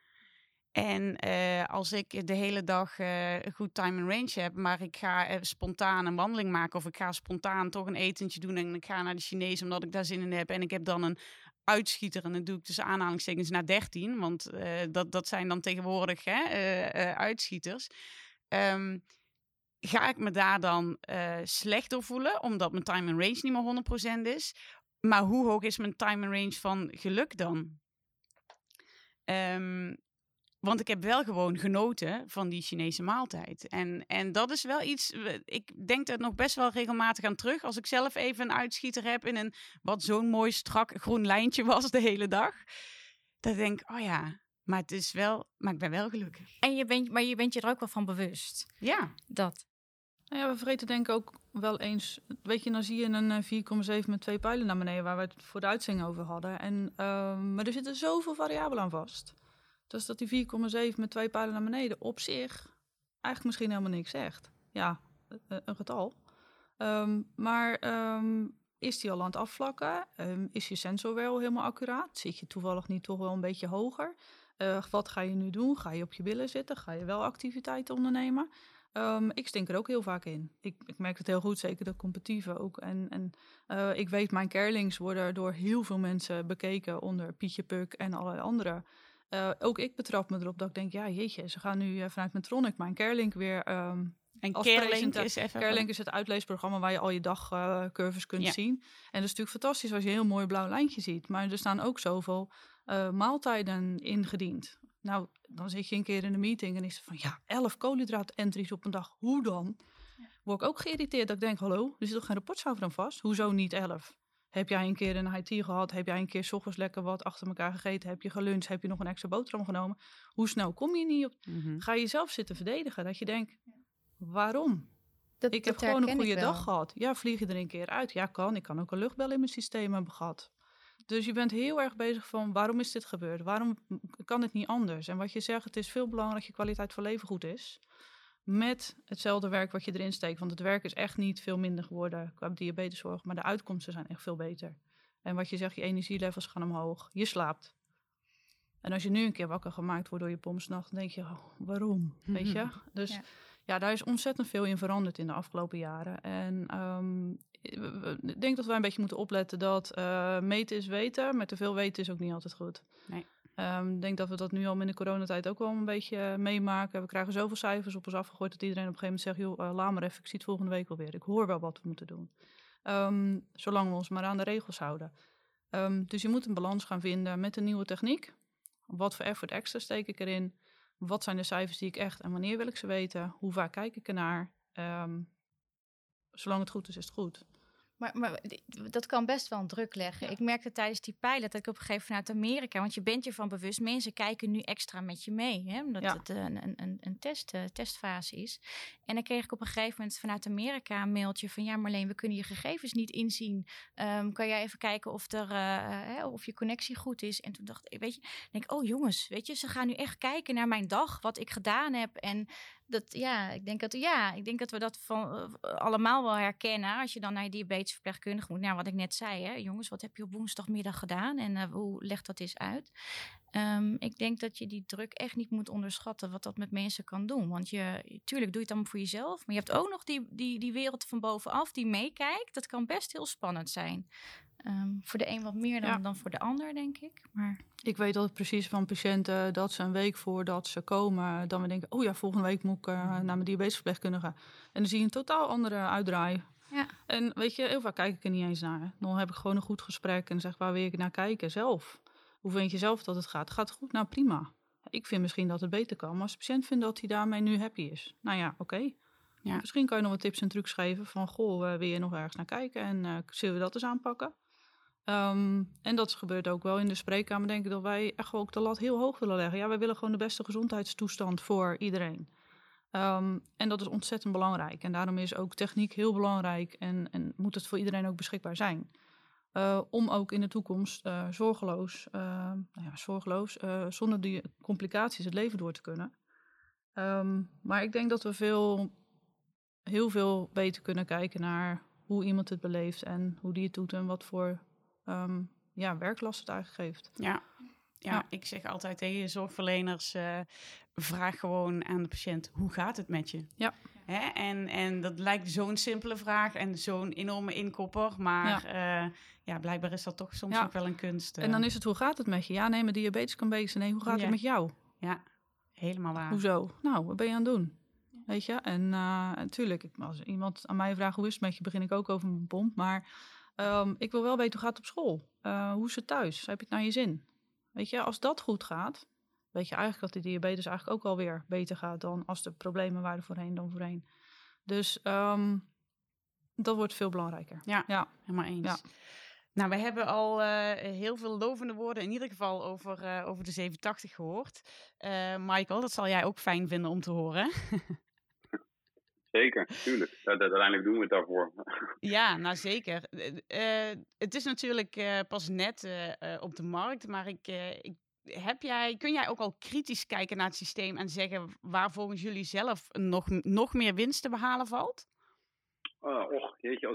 En als ik de hele dag goed time and range heb, maar ik ga spontaan een wandeling maken of ik ga spontaan toch een etentje doen en ik ga naar de Chinees omdat ik daar zin in heb en ik heb dan een uitschieter en dat doe ik tussen aanhalingstekens naar 13, want dat zijn dan tegenwoordig uitschieters. Ga ik me daar dan slechter voelen omdat mijn time and range niet meer 100% is? Maar hoe hoog is mijn time and range van geluk dan? Want ik heb wel gewoon genoten van die Chinese maaltijd. En dat is wel iets, ik denk er nog best wel regelmatig aan terug. Als ik zelf even een uitschieter heb in wat zo'n mooi strak groen lijntje was de hele dag. Dan denk ik, maar ik ben wel gelukkig. En je bent je er ook wel van bewust. Ja. Dat. Nou we vergeten denk ik ook wel eens, weet je, dan zie je een 4,7 met 2 pijlen naar beneden, waar we het voor de uitzending over hadden. En, maar er zitten zoveel variabelen aan vast. Dus dat die 4,7 met 2 pijlen naar beneden op zich eigenlijk misschien helemaal niks zegt. Ja, een getal. Maar is die al aan het afvlakken? Is je sensor wel helemaal accuraat? Zit je toevallig niet toch wel een beetje hoger? Wat ga je nu doen? Ga je op je billen zitten? Ga je wel activiteiten ondernemen? Ik stink er ook heel vaak in. Ik merk het heel goed, zeker de competitieve ook. En ik weet, mijn Kerlings worden door heel veel mensen bekeken onder Pietje Puk en allerlei andere. Ook ik betrap me erop dat ik denk, ja jeetje, ze gaan nu vanuit Medtronic mijn Kerlink weer... En Kerlink is even... Kerlink is het uitleesprogramma waar je al je dagcurves kunt zien. En dat is natuurlijk fantastisch als je een heel mooi blauw lijntje ziet. Maar er staan ook zoveel maaltijden ingediend. Nou, dan zit je een keer in een meeting en is het van 11 koolhydraat-entries op een dag. Hoe dan? Word ik ook geïrriteerd dat ik denk, hallo, er zit toch geen rapportcijfer aan vast? Hoezo niet 11? Heb jij een keer een IT gehad? Heb jij een keer 's ochtends lekker wat achter elkaar gegeten? Heb je geluncht? Heb je nog een extra boterham genomen? Hoe snel kom je niet op? Ga je jezelf zitten verdedigen? Dat je denkt, waarom? Ik heb gewoon een goede dag gehad. Ja, vlieg je er een keer uit? Ja, kan. Ik kan ook een luchtbel in mijn systeem hebben gehad. Dus je bent heel erg bezig van, waarom is dit gebeurd? Waarom kan het niet anders? En wat je zegt, het is veel belangrijk dat je kwaliteit van leven goed is. Met hetzelfde werk wat je erin steekt. Want het werk is echt niet veel minder geworden qua diabeteszorg. Maar de uitkomsten zijn echt veel beter. En wat je zegt, je energielevels gaan omhoog. Je slaapt. En als je nu een keer wakker gemaakt wordt door je pompsnacht, dan denk je, waarom? Weet je? Dus ja, daar is ontzettend veel in veranderd in de afgelopen jaren. En ik denk dat wij een beetje moeten opletten dat meten is weten, maar te veel weten is ook niet altijd goed. Nee. Ik denk dat we dat nu al in de coronatijd ook wel een beetje meemaken. We krijgen zoveel cijfers op ons afgegooid dat iedereen op een gegeven moment zegt, joh, laat maar even, ik zie het volgende week wel weer. Ik hoor wel wat we moeten doen. Zolang we ons maar aan de regels houden. Dus je moet een balans gaan vinden met een nieuwe techniek. Wat voor effort extra steek ik erin? Wat zijn de cijfers die ik echt en wanneer wil ik ze weten? Hoe vaak kijk ik ernaar? Zolang het goed is het goed. Maar dat kan best wel een druk leggen. Ja. Ik merkte tijdens die pilot dat ik op een gegeven moment vanuit Amerika... want je bent je van bewust, mensen kijken nu extra met je mee. Hè, omdat het een testfase is. En dan kreeg ik op een gegeven moment vanuit Amerika een mailtje van... ja Marleen, we kunnen je gegevens niet inzien. Kan jij even kijken of je connectie goed is? En toen dacht ik, oh jongens, weet je, ze gaan nu echt kijken naar mijn dag... wat ik gedaan heb en... Ik denk dat we dat allemaal wel herkennen. Als je dan naar je diabetesverpleegkundige moet. Nou, wat ik net zei, hè, jongens, wat heb je op woensdagmiddag gedaan? En hoe legt dat eens uit? Ik denk dat je die druk echt niet moet onderschatten wat dat met mensen kan doen. Want tuurlijk doe je het allemaal voor jezelf. Maar je hebt ook nog die wereld van bovenaf die meekijkt. Dat kan best heel spannend zijn. Voor de een wat meer dan voor de ander, denk ik. Maar... Ik weet altijd precies van patiënten dat ze een week voordat ze komen... dan we denken, oh ja, volgende week moet ik naar mijn diabetesverpleegkundige. En dan zie je een totaal andere uitdraai. Ja. En weet je, heel vaak kijk ik er niet eens naar. Dan heb ik gewoon een goed gesprek en zeg, waar wil ik naar kijken zelf? Hoe vind je zelf dat het gaat? Gaat het goed? Nou, prima. Ik vind misschien dat het beter kan. Maar als de patiënt vindt dat hij daarmee nu happy is. Nou ja, oké. Ja. Misschien kan je nog wat tips en trucs geven van... wil je nog ergens naar kijken? En zullen we dat eens aanpakken? En dat gebeurt ook wel in de spreekkamer, denk ik, dat wij echt ook de lat heel hoog willen leggen. Ja, wij willen gewoon de beste gezondheidstoestand voor iedereen. En dat is ontzettend belangrijk. En daarom is ook techniek heel belangrijk en moet het voor iedereen ook beschikbaar zijn. Om ook in de toekomst zorgeloos, zonder die complicaties het leven door te kunnen. Maar ik denk dat we heel veel beter kunnen kijken naar hoe iemand het beleeft en hoe die het doet en wat voor werklast het eigenlijk geeft. Ja, ik zeg altijd tegen je zorgverleners, vraag gewoon aan de patiënt, hoe gaat het met je? Ja. Hè? En dat lijkt zo'n simpele vraag en zo'n enorme inkopper, maar blijkbaar is dat toch soms ook wel een kunst. En dan is het, hoe gaat het met je? Ja, nee, mijn diabetes kan beter. Nee, hoe gaat het met jou? Ja, helemaal waar. Hoezo? Nou, wat ben je aan het doen? Weet je? En natuurlijk, als iemand aan mij vraagt, hoe is het met je, begin ik ook over mijn pomp. Maar ik wil wel weten, hoe gaat het op school? Hoe is het thuis? Heb je het naar je zin? Weet je, als dat goed gaat, weet je eigenlijk dat de diabetes eigenlijk ook alweer beter gaat dan als de problemen waren voorheen. Dus dat wordt veel belangrijker. Ja, helemaal eens. Ja. Nou, we hebben al heel veel lovende woorden, in ieder geval over de 87 gehoord. Michael, dat zal jij ook fijn vinden om te horen. Zeker, tuurlijk. Uiteindelijk doen we het daarvoor. Ja, nou zeker. Het is natuurlijk pas net op de markt, maar kun jij ook al kritisch kijken naar het systeem en zeggen waar volgens jullie zelf nog meer winst te behalen valt? Jeetje,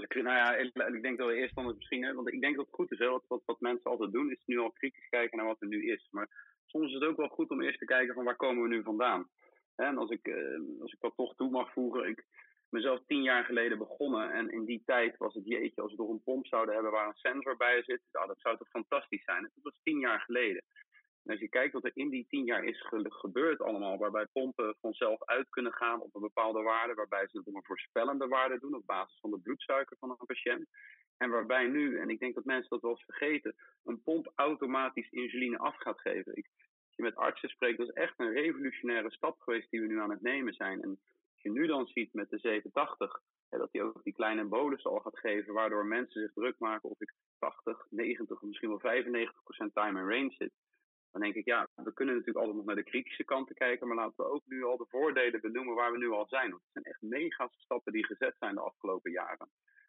ik denk dat we eerst dan misschien, want ik denk dat het goed is, hè, wat mensen altijd doen, is nu al kritisch kijken naar wat er nu is. Maar soms is het ook wel goed om eerst te kijken van waar komen we nu vandaan. En als ik dat toch toe mag voegen, ik mezelf 10 jaar geleden begonnen en in die tijd was het jeetje, als we toch een pomp zouden hebben waar een sensor bij zit, nou, dat zou toch fantastisch zijn. Dat was 10 jaar geleden. En als je kijkt wat er in die 10 jaar is gebeurd allemaal, waarbij pompen vanzelf uit kunnen gaan op een bepaalde waarde, waarbij ze het op een voorspellende waarde doen op basis van de bloedsuiker van een patiënt. En waarbij nu, en ik denk dat mensen dat wel eens vergeten, een pomp automatisch insuline af gaat geven. Als je met artsen spreekt, dat is echt een revolutionaire stap geweest die we nu aan het nemen zijn. En als je nu dan ziet met de 780, dat hij ook die kleine bolus al gaat geven, waardoor mensen zich druk maken of ik 80, 90, misschien wel 95% time in range zit. Dan denk ik, ja, we kunnen natuurlijk altijd nog naar de kritische kanten kijken, maar laten we ook nu al de voordelen benoemen waar we nu al zijn. Want het zijn echt mega stappen die gezet zijn de afgelopen jaren.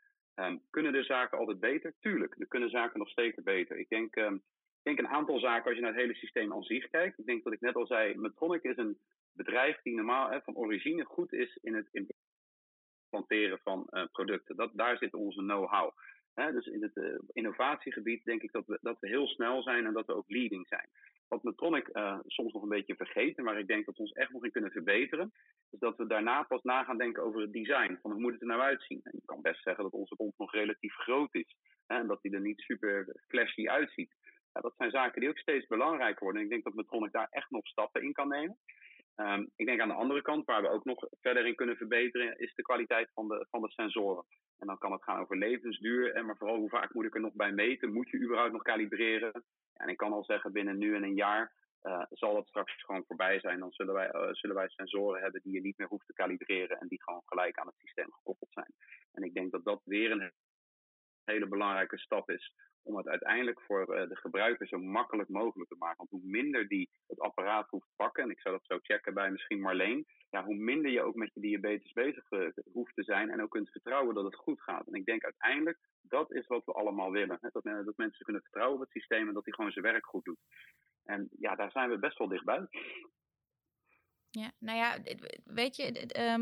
Kunnen de zaken altijd beter? Tuurlijk, er kunnen zaken nog zeker beter. Ik denk een aantal zaken als je naar het hele systeem aan zich kijkt. Ik denk dat ik net al zei, Medtronic is een bedrijf die normaal van origine goed is in het implanteren van producten. Daar zit onze know-how. Dus in het innovatiegebied denk ik dat we heel snel zijn en dat we ook leading zijn. Wat Medtronic soms nog een beetje vergeten, maar ik denk dat we ons echt nog in kunnen verbeteren, is dat we daarna pas na gaan denken over het design. Van hoe moet het er nou uitzien? En je kan best zeggen dat onze pomp nog relatief groot is. En dat die er niet super flashy uitziet. Ja, dat zijn zaken die ook steeds belangrijker worden. En ik denk dat Medtronic daar echt nog stappen in kan nemen. Ik denk aan de andere kant, waar we ook nog verder in kunnen verbeteren, is de kwaliteit van de sensoren. En dan kan het gaan over levensduur, maar vooral hoe vaak moet ik er nog bij meten? Moet je überhaupt nog kalibreren? En ik kan al zeggen, binnen nu en een jaar zal dat straks gewoon voorbij zijn. Dan zullen wij sensoren hebben die je niet meer hoeft te kalibreren en die gewoon gelijk aan het systeem gekoppeld zijn. En ik denk dat dat weer een hele belangrijke stap is om het uiteindelijk voor de gebruiker zo makkelijk mogelijk te maken. Want hoe minder die het apparaat hoeft te pakken, en ik zou dat zo checken bij misschien Marleen, ja, hoe minder je ook met je diabetes bezig hoeft te zijn en ook kunt vertrouwen dat het goed gaat. En ik denk uiteindelijk, dat is wat we allemaal willen. Hè? Dat mensen kunnen vertrouwen op het systeem en dat hij gewoon zijn werk goed doet. En ja, daar zijn we best wel dichtbij. Ja, nou ja, weet je,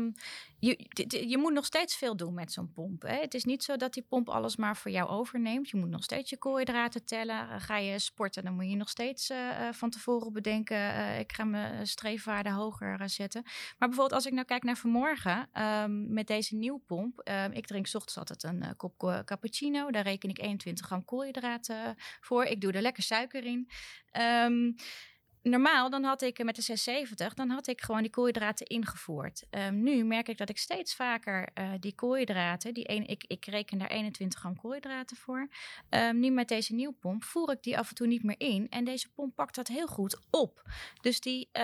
je moet nog steeds veel doen met zo'n pomp. Hè? Het is niet zo dat die pomp alles maar voor jou overneemt. Je moet nog steeds je koolhydraten tellen. Ga je sporten, dan moet je nog steeds van tevoren bedenken, ik ga mijn streefwaarde hoger zetten. Maar bijvoorbeeld als ik nou kijk naar vanmorgen met deze nieuwe pomp. Ik drink 's ochtends altijd een kop cappuccino. Daar reken ik 21 gram koolhydraten voor. Ik doe er lekker suiker in. Normaal, dan had ik met de 670, dan had ik gewoon die koolhydraten ingevoerd. Nu merk ik dat ik steeds vaker die koolhydraten, ik reken daar 21 gram koolhydraten voor. Nu met deze nieuwe pomp voer ik die af en toe niet meer in. En deze pomp pakt dat heel goed op. Dus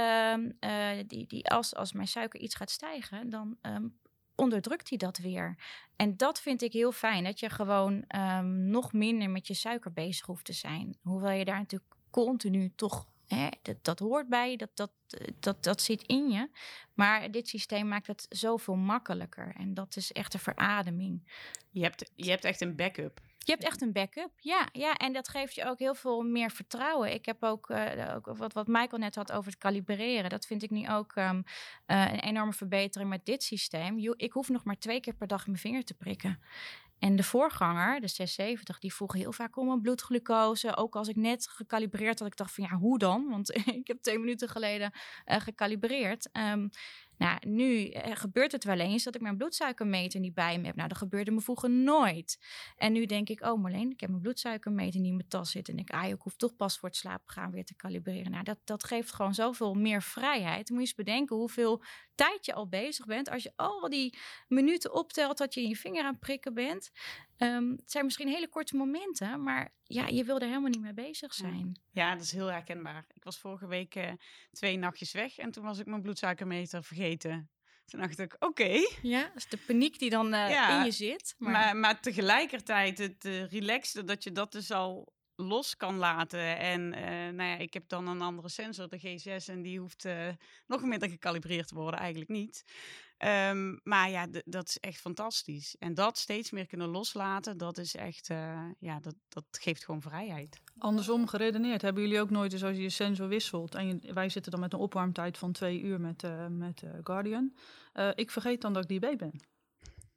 als mijn suiker iets gaat stijgen, dan onderdrukt hij dat weer. En dat vind ik heel fijn, dat je gewoon nog minder met je suiker bezig hoeft te zijn. Hoewel je daar natuurlijk continu toch... Dat hoort bij, dat zit in je. Maar dit systeem maakt het zoveel makkelijker. En dat is echt een verademing. Je hebt echt een backup. Je hebt echt een backup, ja. En dat geeft je ook heel veel meer vertrouwen. Ik heb ook wat Michael net had over het kalibreren. Dat vind ik nu ook een enorme verbetering met dit systeem. Ik hoef nog maar 2 keer per dag mijn vinger te prikken. En de voorganger, de 670, die vroeg heel vaak om een bloedglucose. Ook als ik net gekalibreerd had, ik dacht van ja, hoe dan? Want ik heb 2 minuten geleden gekalibreerd. Nu gebeurt het wel eens dat ik mijn bloedsuikermeter niet bij me heb. Nou, dat gebeurde me vroeger nooit. En nu denk ik, oh Marleen, ik heb mijn bloedsuikermeter niet in mijn tas zitten. En ik hoef toch pas voor het slapen gaan weer te kalibreren. Nou, dat geeft gewoon zoveel meer vrijheid. Dan moet je eens bedenken hoeveel tijd je al bezig bent. Als je al die minuten optelt dat je in je vinger aan het prikken bent. Het zijn misschien hele korte momenten, maar ja, je wil er helemaal niet mee bezig zijn. Ja, dat is heel herkenbaar. Ik was vorige week 2 nachtjes weg en toen was ik mijn bloedsuikermeter vergeten. Toen dacht ik, oké. Ja, dat is de paniek die dan in je zit. Maar tegelijkertijd het relaxen dat je dat dus al los kan laten. En ik heb dan een andere sensor, de G6, en die hoeft nog minder gekalibreerd te worden, eigenlijk niet. Maar ja, dat is echt fantastisch. En dat steeds meer kunnen loslaten, dat is echt, dat geeft gewoon vrijheid. Andersom geredeneerd, hebben jullie ook nooit eens als je je sensor wisselt en wij zitten dan met een opwarmtijd van 2 uur met Guardian. Ik vergeet dan dat ik diabetes ben.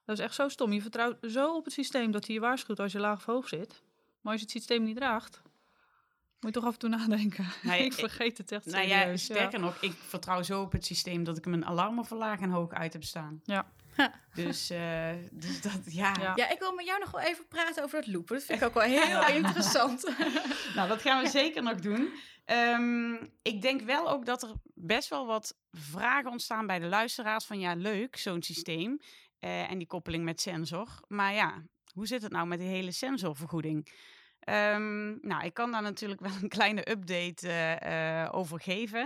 Dat is echt zo stom. Je vertrouwt zo op het systeem dat hij je waarschuwt als je laag of hoog zit. Maar als je het systeem niet draagt, moet je toch af en toe nadenken. Nee, ik vergeet het echt Nou serieus. ja, sterker nog, ik vertrouw zo op het systeem dat ik mijn alarmen voor laag en hoog uit heb staan. Ja. Dus dat, ja. Ja, ik wil met jou nog wel even praten over het loopen. Dat vind ik ook wel heel interessant. Nou, dat gaan we zeker nog doen. Ik denk wel ook dat er best wel wat vragen ontstaan bij de luisteraars van ja, leuk, zo'n systeem. En die koppeling met sensor. Maar ja, hoe zit het nou met die hele sensorvergoeding? Nou, ik kan daar natuurlijk wel een kleine update over geven.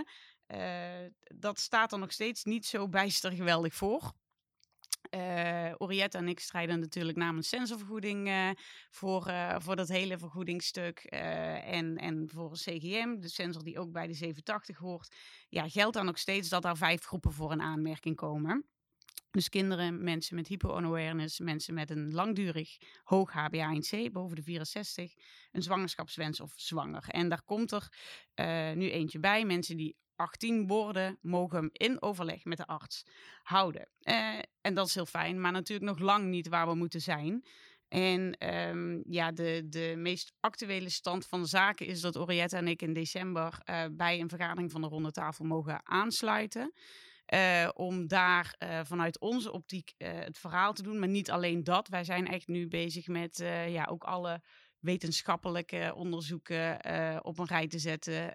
Dat staat er nog steeds niet zo bijster geweldig voor. Orietta en ik strijden natuurlijk namens sensorvergoeding voor dat hele vergoedingsstuk en voor een CGM, de sensor die ook bij de 87 hoort. Ja, geldt dan nog steeds dat daar 5 groepen voor een aanmerking komen. Dus kinderen, mensen met hypo-unawareness, mensen met een langdurig hoog HbA1c boven de 64, een zwangerschapswens of zwanger. En daar komt er nu eentje bij. Mensen die 18 worden, mogen hem in overleg met de arts houden. En dat is heel fijn, maar natuurlijk nog lang niet waar we moeten zijn. En ja, de meest actuele stand van de zaken is dat Orietta en ik in december bij een vergadering van de ronde tafel mogen aansluiten. Om daar vanuit onze optiek het verhaal te doen. Maar niet alleen dat. Wij zijn echt nu bezig met ja, ook alle wetenschappelijke onderzoeken op een rij te zetten.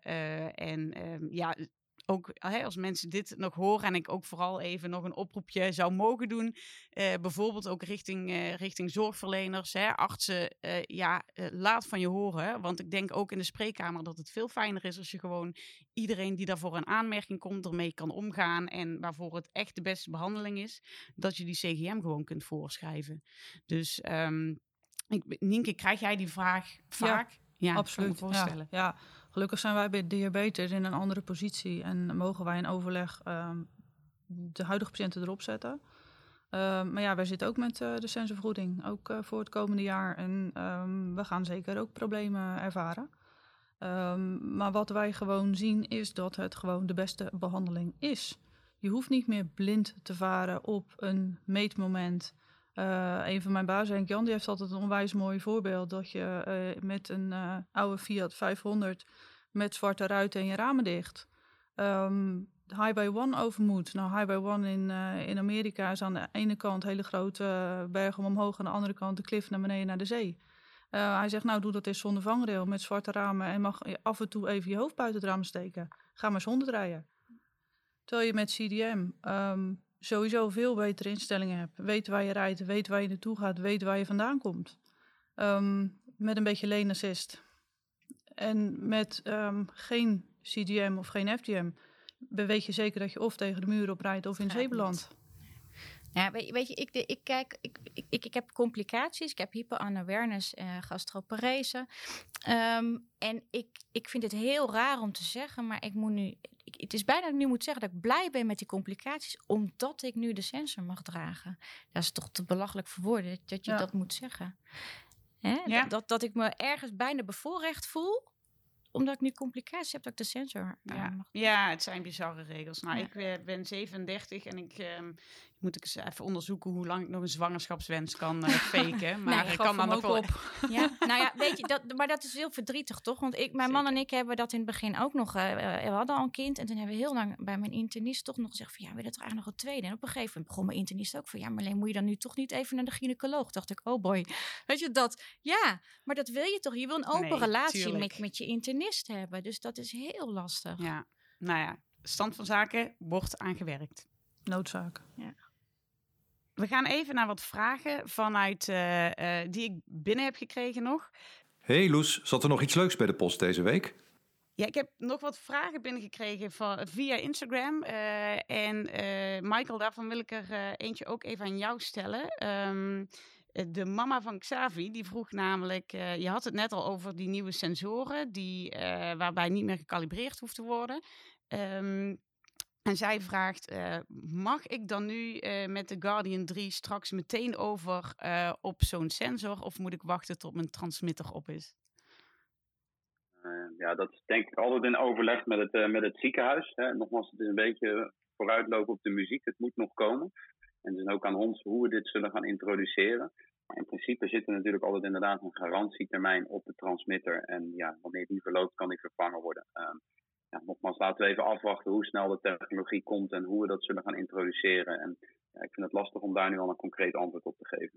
Ja, ook als mensen dit nog horen en ik ook vooral even nog een oproepje zou mogen doen. Bijvoorbeeld ook richting zorgverleners, artsen. Laat van je horen. Want ik denk ook in de spreekkamer dat het veel fijner is als je gewoon iedereen die daarvoor een aanmerking komt ermee kan omgaan. En waarvoor het echt de beste behandeling is. Dat je die CGM gewoon kunt voorschrijven. Dus Nienke, krijg jij die vraag vaak? Ja, absoluut. Kan me voorstellen. Ja. Gelukkig zijn wij bij diabetes in een andere positie en mogen wij in overleg de huidige patiënten erop zetten. Maar ja, wij zitten ook met de sensorvergoeding, ook voor het komende jaar. En we gaan zeker ook problemen ervaren. Maar wat wij gewoon zien is dat het gewoon de beste behandeling is. Je hoeft niet meer blind te varen op een meetmoment. Een van mijn bazen, Henk Jan, die heeft altijd een onwijs mooi voorbeeld. Dat je met een oude Fiat 500 met zwarte ruiten en je ramen dicht Highway 1 over moet. Nou, Highway 1 in Amerika is aan de ene kant hele grote bergen omhoog, aan de andere kant de klif naar beneden naar de zee. Hij zegt, nou doe dat eens zonder vangrail met zwarte ramen en mag je af en toe even je hoofd buiten het raam steken. Ga maar zonder rijden. Terwijl je met CDM sowieso veel betere instellingen hebt. Weet waar je rijdt, weet waar je naartoe gaat, weet waar je vandaan komt. Met een beetje lane assist. En met geen CDM of geen FDM weet je zeker dat je of tegen de muur oprijdt of in zee belandt. Ja, weet je, ik heb complicaties. Ik heb hypo-unawareness, gastroparese. En ik vind het heel raar om te zeggen, maar ik moet nu... Het is bijna dat ik nu moet zeggen dat ik blij ben met die complicaties, omdat ik nu de sensor mag dragen. Dat is toch te belachelijk voor woorden dat je dat moet zeggen. Hè? Ja. Dat ik me ergens bijna bevoorrecht voel, omdat ik nu complicaties heb dat ik de sensor mag. Ja, het zijn bizarre regels. Nou, Ja. ik ben 37 en ik moet ik eens even onderzoeken hoe lang ik nog een zwangerschapswens kan faken. Maar Nee, ik kan dan nog wel... Ja, nou ja, weet je, maar dat is heel verdrietig, toch? Want mijn man en ik hebben dat in het begin ook nog... we hadden al een kind en toen hebben we heel lang bij mijn internist toch nog gezegd van... ja, wil je toch eigenlijk nog een tweede? En op een gegeven moment begon mijn internist ook van... ja, Marleen, moet je dan nu toch niet even naar de gynaecoloog? Dacht ik, oh boy. Weet je, dat... Ja, maar dat wil je toch? Je wil een open relatie met je internist hebben. Dus dat is heel lastig. Ja, nou ja, stand van zaken wordt aangewerkt. Noodzaak. Ja. We gaan even naar wat vragen vanuit die ik binnen heb gekregen nog. Hey Loes, zat er nog iets leuks bij de post deze week? Ja, ik heb nog wat vragen binnengekregen via Instagram. Michael, daarvan wil ik er eentje ook even aan jou stellen. De mama van Xavi, die vroeg namelijk... je had het net al over die nieuwe sensoren... waarbij niet meer gecalibreerd hoeft te worden. En zij vraagt, mag ik dan nu met de Guardian 3 straks meteen over op zo'n sensor... of moet ik wachten tot mijn transmitter op is? Ja, dat is denk ik altijd in overleg met het ziekenhuis. Hè. Nogmaals, het is een beetje vooruitlopen op de muziek. Het moet nog komen. En het is ook aan ons hoe we dit zullen gaan introduceren. Maar in principe zit er natuurlijk altijd inderdaad een garantietermijn op de transmitter. En ja, wanneer die verloopt, kan die vervangen worden. Nogmaals, laten we even afwachten hoe snel de technologie komt en hoe we dat zullen gaan introduceren. En ik vind het lastig om daar nu al een concreet antwoord op te geven.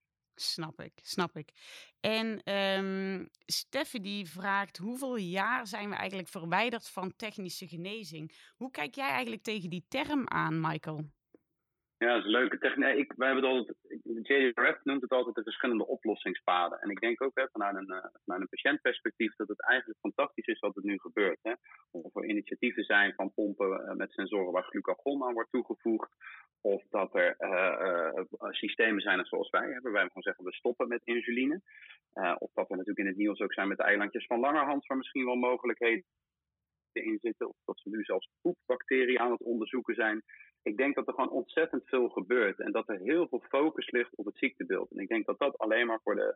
Snap ik. En Steffi die vraagt, hoeveel jaar zijn we eigenlijk verwijderd van technische genezing? Hoe kijk jij eigenlijk tegen die term aan, Michael? Ja, dat is een leuke techniek. Wij hebben het altijd, JRF noemt het altijd de verschillende oplossingspaden. En ik denk ook vanuit een patiëntperspectief dat het eigenlijk fantastisch is wat er nu gebeurt. Hè. Of er initiatieven zijn van pompen met sensoren waar glucagon aan wordt toegevoegd. Of dat er systemen zijn zoals wij hebben. Wij gewoon zeggen we stoppen met insuline. Of dat er natuurlijk in het nieuws ook zijn met de eilandjes van Langerhans waar misschien wel mogelijkheden in zitten. Of dat ze nu zelfs poepbacteriën aan het onderzoeken zijn. Ik denk dat er gewoon ontzettend veel gebeurt. En dat er heel veel focus ligt op het ziektebeeld. En ik denk dat dat alleen maar voor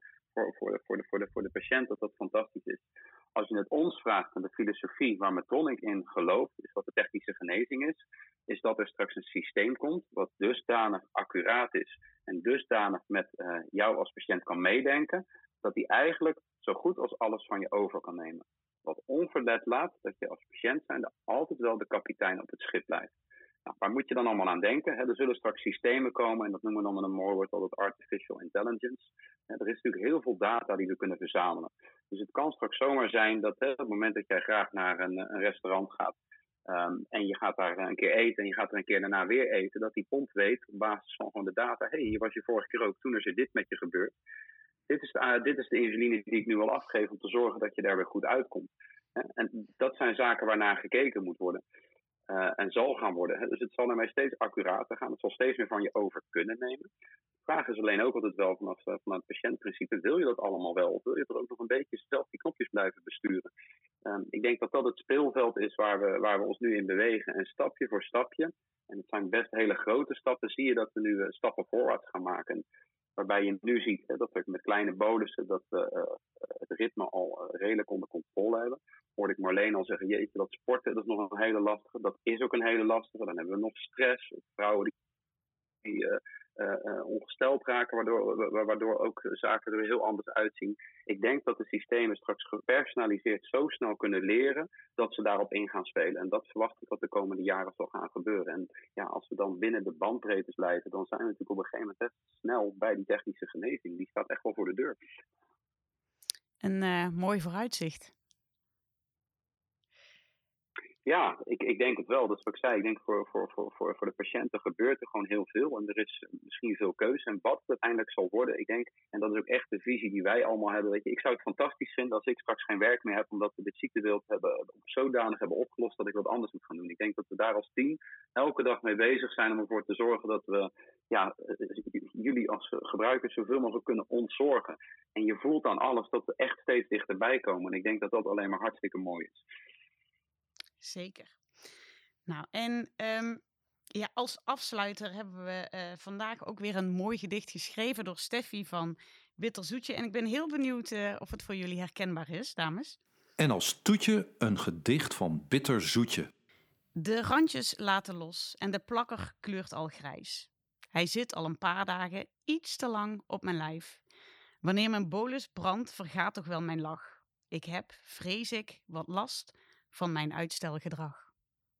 de patiënt dat fantastisch is. Als je het ons vraagt en de filosofie waar Medtronic in gelooft, is wat de technische genezing is dat er straks een systeem komt wat dusdanig accuraat is en dusdanig met jou als patiënt kan meedenken, dat die eigenlijk zo goed als alles van je over kan nemen. Wat onverlet laat dat je als patiënt zijnde altijd wel de kapitein op het schip blijft. Nou, waar moet je dan allemaal aan denken? Er zullen straks systemen komen en dat noemen we dan met een mooi woord altijd artificial intelligence. Er is natuurlijk heel veel data die we kunnen verzamelen. Dus het kan straks zomaar zijn dat op het moment dat jij graag naar een restaurant gaat en je gaat daar een keer eten en je gaat er een keer daarna weer eten, dat die pomp weet op basis van gewoon de data, hier was je vorige keer ook, toen is er dit met je gebeurd. Dit is de insuline die ik nu al afgeef om te zorgen dat je daar weer goed uitkomt. En dat zijn zaken waarnaar gekeken moet worden. En zal gaan worden. Dus het zal ermee steeds accurater gaan. Het zal steeds meer van je over kunnen nemen. De vraag is alleen ook altijd wel vanaf het patiëntprincipe. Wil je dat allemaal wel? Of wil je er ook nog een beetje zelf die knopjes blijven besturen? Ik denk dat dat het speelveld is waar we ons nu in bewegen. En stapje voor stapje. En het zijn best hele grote stappen. Zie je dat we nu stappen voorwaarts gaan maken. Waarbij je nu ziet dat we met kleine bolussen dat we het ritme al redelijk onder controle hebben. Hoorde ik Marleen al zeggen, jeetje, dat sporten dat is nog een hele lastige. Dat is ook een hele lastige. Dan hebben we nog stress. Vrouwen die ongesteld raken, waardoor ook zaken er heel anders uitzien. Ik denk dat de systemen straks gepersonaliseerd zo snel kunnen leren dat ze daarop in gaan spelen. En dat verwacht ik dat de komende jaren zal gaan gebeuren. En ja, als we dan binnen de bandbreedtes blijven, dan zijn we natuurlijk op een gegeven moment best snel bij die technische genezing. Die staat echt wel voor de deur. Een mooi vooruitzicht. Ja, ik denk het wel. Dat is wat ik zei. Ik denk voor de patiënten gebeurt er gewoon heel veel. En er is misschien veel keuze. En wat het uiteindelijk zal worden, ik denk, en dat is ook echt de visie die wij allemaal hebben. Weet je, ik zou het fantastisch vinden als ik straks geen werk meer heb, omdat we dit ziektebeeld zodanig hebben opgelost dat ik wat anders moet gaan doen. Ik denk dat we daar als team elke dag mee bezig zijn om ervoor te zorgen dat we jullie als gebruikers zoveel mogelijk kunnen ontzorgen. En je voelt aan alles dat we echt steeds dichterbij komen. En ik denk dat dat alleen maar hartstikke mooi is. Zeker. Nou, en als afsluiter hebben we vandaag ook weer een mooi gedicht geschreven door Steffi van Bitterzoetje. En ik ben heel benieuwd of het voor jullie herkenbaar is, dames. En als toetje een gedicht van Bitterzoetje. De randjes laten los en de plakker kleurt al grijs. Hij zit al een paar dagen iets te lang op mijn lijf. Wanneer mijn bolus brandt, vergaat toch wel mijn lach. Ik heb, vrees ik, wat last van mijn uitstelgedrag.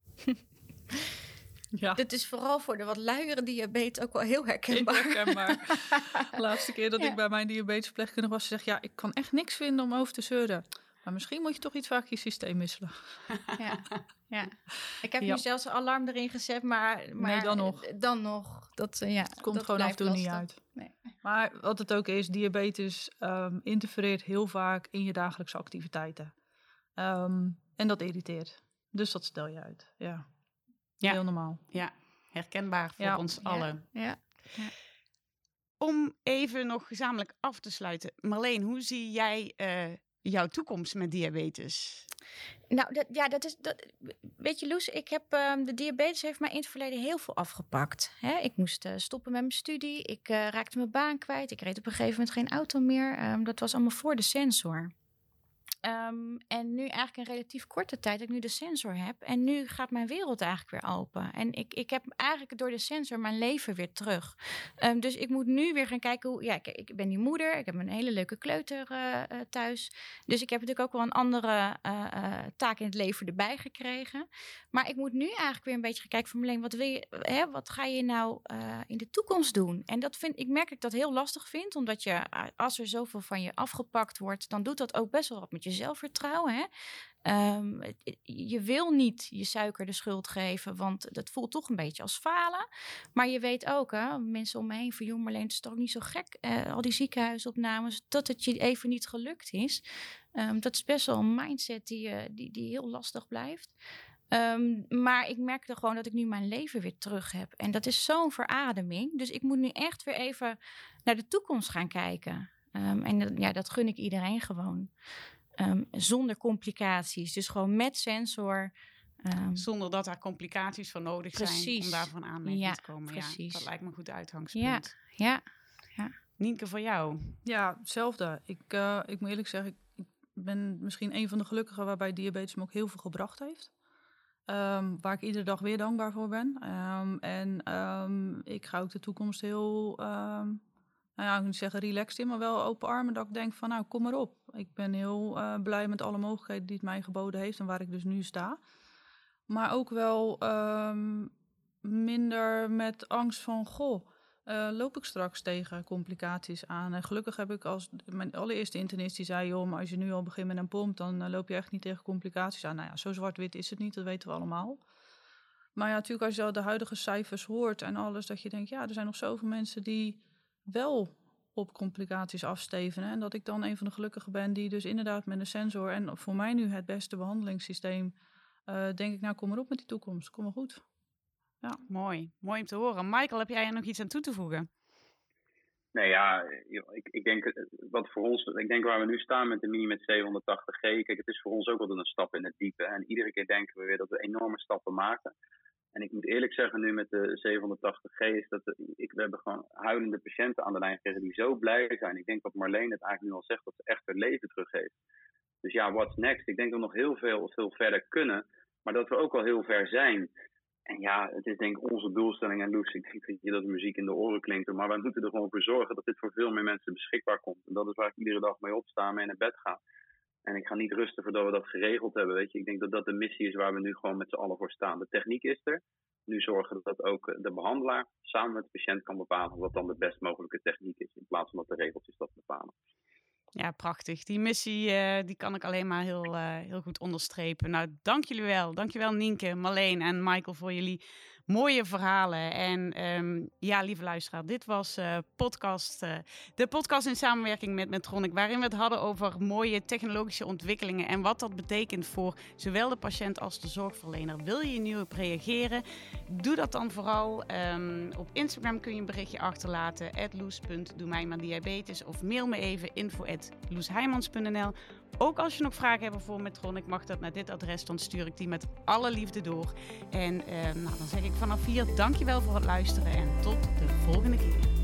Ja. Dit is vooral voor de wat luiere diabetes ook wel heel herkenbaar. De laatste keer dat ik bij mijn diabetesverpleegkundige was, zeg ik kan echt niks vinden om over te zeuren. Maar misschien moet je toch iets vaker je systeem wisselen. Ja. Ik heb nu zelfs een alarm erin gezet, maar nee, dan nog. Het komt gewoon af en toe niet uit. Nee. Maar wat het ook is, diabetes interfereert heel vaak in je dagelijkse activiteiten. En dat irriteert. Dus dat stel je uit. Ja. Heel normaal. Ja, herkenbaar voor ons allen. Ja. Om even nog gezamenlijk af te sluiten. Marleen, hoe zie jij jouw toekomst met diabetes? Nou, weet je, Loes, ik heb de diabetes heeft mij in het verleden heel veel afgepakt. Ik moest stoppen met mijn studie. Ik raakte mijn baan kwijt. Ik reed op een gegeven moment geen auto meer. Dat was allemaal voor de sensor. En nu eigenlijk in relatief korte tijd dat ik nu de sensor heb. En nu gaat mijn wereld eigenlijk weer open. En ik heb eigenlijk door de sensor mijn leven weer terug. Dus ik moet nu weer gaan kijken hoe... Ja, ik ben nu moeder. Ik heb een hele leuke kleuter thuis. Dus ik heb natuurlijk ook wel een andere taak in het leven erbij gekregen. Maar ik moet nu eigenlijk weer een beetje gaan kijken van Marleen, wat wil je, wat ga je nou in de toekomst doen? En ik merk dat ik dat heel lastig vind. Omdat als er zoveel van je afgepakt wordt, dan doet dat ook best wel wat met je zelfvertrouwen. Hè? Je wil niet je suiker de schuld geven, want dat voelt toch een beetje als falen. Maar je weet ook, mensen om me heen van joh Marleen, het is toch niet zo gek, al die ziekenhuisopnames, dat het je even niet gelukt is. Dat is best wel een mindset die heel lastig blijft. Maar ik merkte gewoon dat ik nu mijn leven weer terug heb. En dat is zo'n verademing. Dus ik moet nu echt weer even naar de toekomst gaan kijken. Dat gun ik iedereen gewoon. Zonder complicaties. Dus gewoon met sensor. Zonder dat daar complicaties voor nodig zijn om daarvan aanmerking te komen. Precies. Ja, dat lijkt me een goed uitgangspunt. Ja. Nienke, voor jou? Ja, hetzelfde. Ik moet eerlijk zeggen, ik ben misschien een van de gelukkigen waarbij diabetes me ook heel veel gebracht heeft. Waar ik iedere dag weer dankbaar voor ben. Ik ga ook de toekomst heel, ik moet niet zeggen relaxed in, maar wel open armen. Dat ik denk van, nou, kom maar op. Ik ben heel blij met alle mogelijkheden die het mij geboden heeft en waar ik dus nu sta. Maar ook wel minder met angst van, loop ik straks tegen complicaties aan. En gelukkig heb ik mijn allereerste internist die zei, joh, maar als je nu al begint met een pomp, dan loop je echt niet tegen complicaties aan. Nou ja, zo zwart-wit is het niet, dat weten we allemaal. Maar ja, natuurlijk als je al de huidige cijfers hoort en alles, dat je denkt, ja, er zijn nog zoveel mensen die wel op complicaties afstevenen. En dat ik dan een van de gelukkigen ben die dus inderdaad met een sensor en voor mij nu het beste behandelingssysteem, denk ik, nou, kom maar op met die toekomst. Kom maar goed. Ja. Mooi om te horen. Michael, heb jij er nog iets aan toe te voegen? Nee, ja, ik denk wat voor ons, ik denk waar we nu staan met de Mini met 780G, kijk, het is voor ons ook wel een stap in het diepe. En iedere keer denken we weer dat we enorme stappen maken. En ik moet eerlijk zeggen, nu met de 780G is dat we hebben gewoon huilende patiënten aan de lijn gekregen die zo blij zijn. Ik denk dat Marleen het eigenlijk nu al zegt, dat ze echt hun leven teruggeeft. Dus ja, what's next? Ik denk dat we nog heel veel verder kunnen, maar dat we ook al heel ver zijn. En ja, het is denk ik onze doelstelling. En Loes, ik denk dat de muziek in de oren klinkt. Maar wij moeten er gewoon voor zorgen dat dit voor veel meer mensen beschikbaar komt. En dat is waar ik iedere dag mee opsta, mee naar bed ga. En ik ga niet rusten voordat we dat geregeld hebben. Weet je, ik denk dat dat de missie is waar we nu gewoon met z'n allen voor staan. De techniek is er. Nu zorgen dat ook de behandelaar samen met de patiënt kan bepalen wat dan de best mogelijke techniek is. In plaats van dat de regeltjes dat bepalen. Ja, prachtig. Die missie die kan ik alleen maar heel goed onderstrepen. Nou, dank jullie wel. Dank je wel Nienke, Marleen en Michael voor jullie mooie verhalen. En lieve luisteraar, dit was de podcast in samenwerking met Medtronic, waarin we het hadden over mooie technologische ontwikkelingen en wat dat betekent voor zowel de patiënt als de zorgverlener. Wil je hierop reageren? Doe dat dan vooral. Op Instagram kun je een berichtje achterlaten, @loes.doemijmaardiabetes, of mail me even info@loesheijmans.nl. Ook als je nog vragen hebt voor Medtronic, mag dat naar dit adres. Dan stuur ik die met alle liefde door. En dan zeg ik vanaf hier dankjewel voor het luisteren en tot de volgende keer.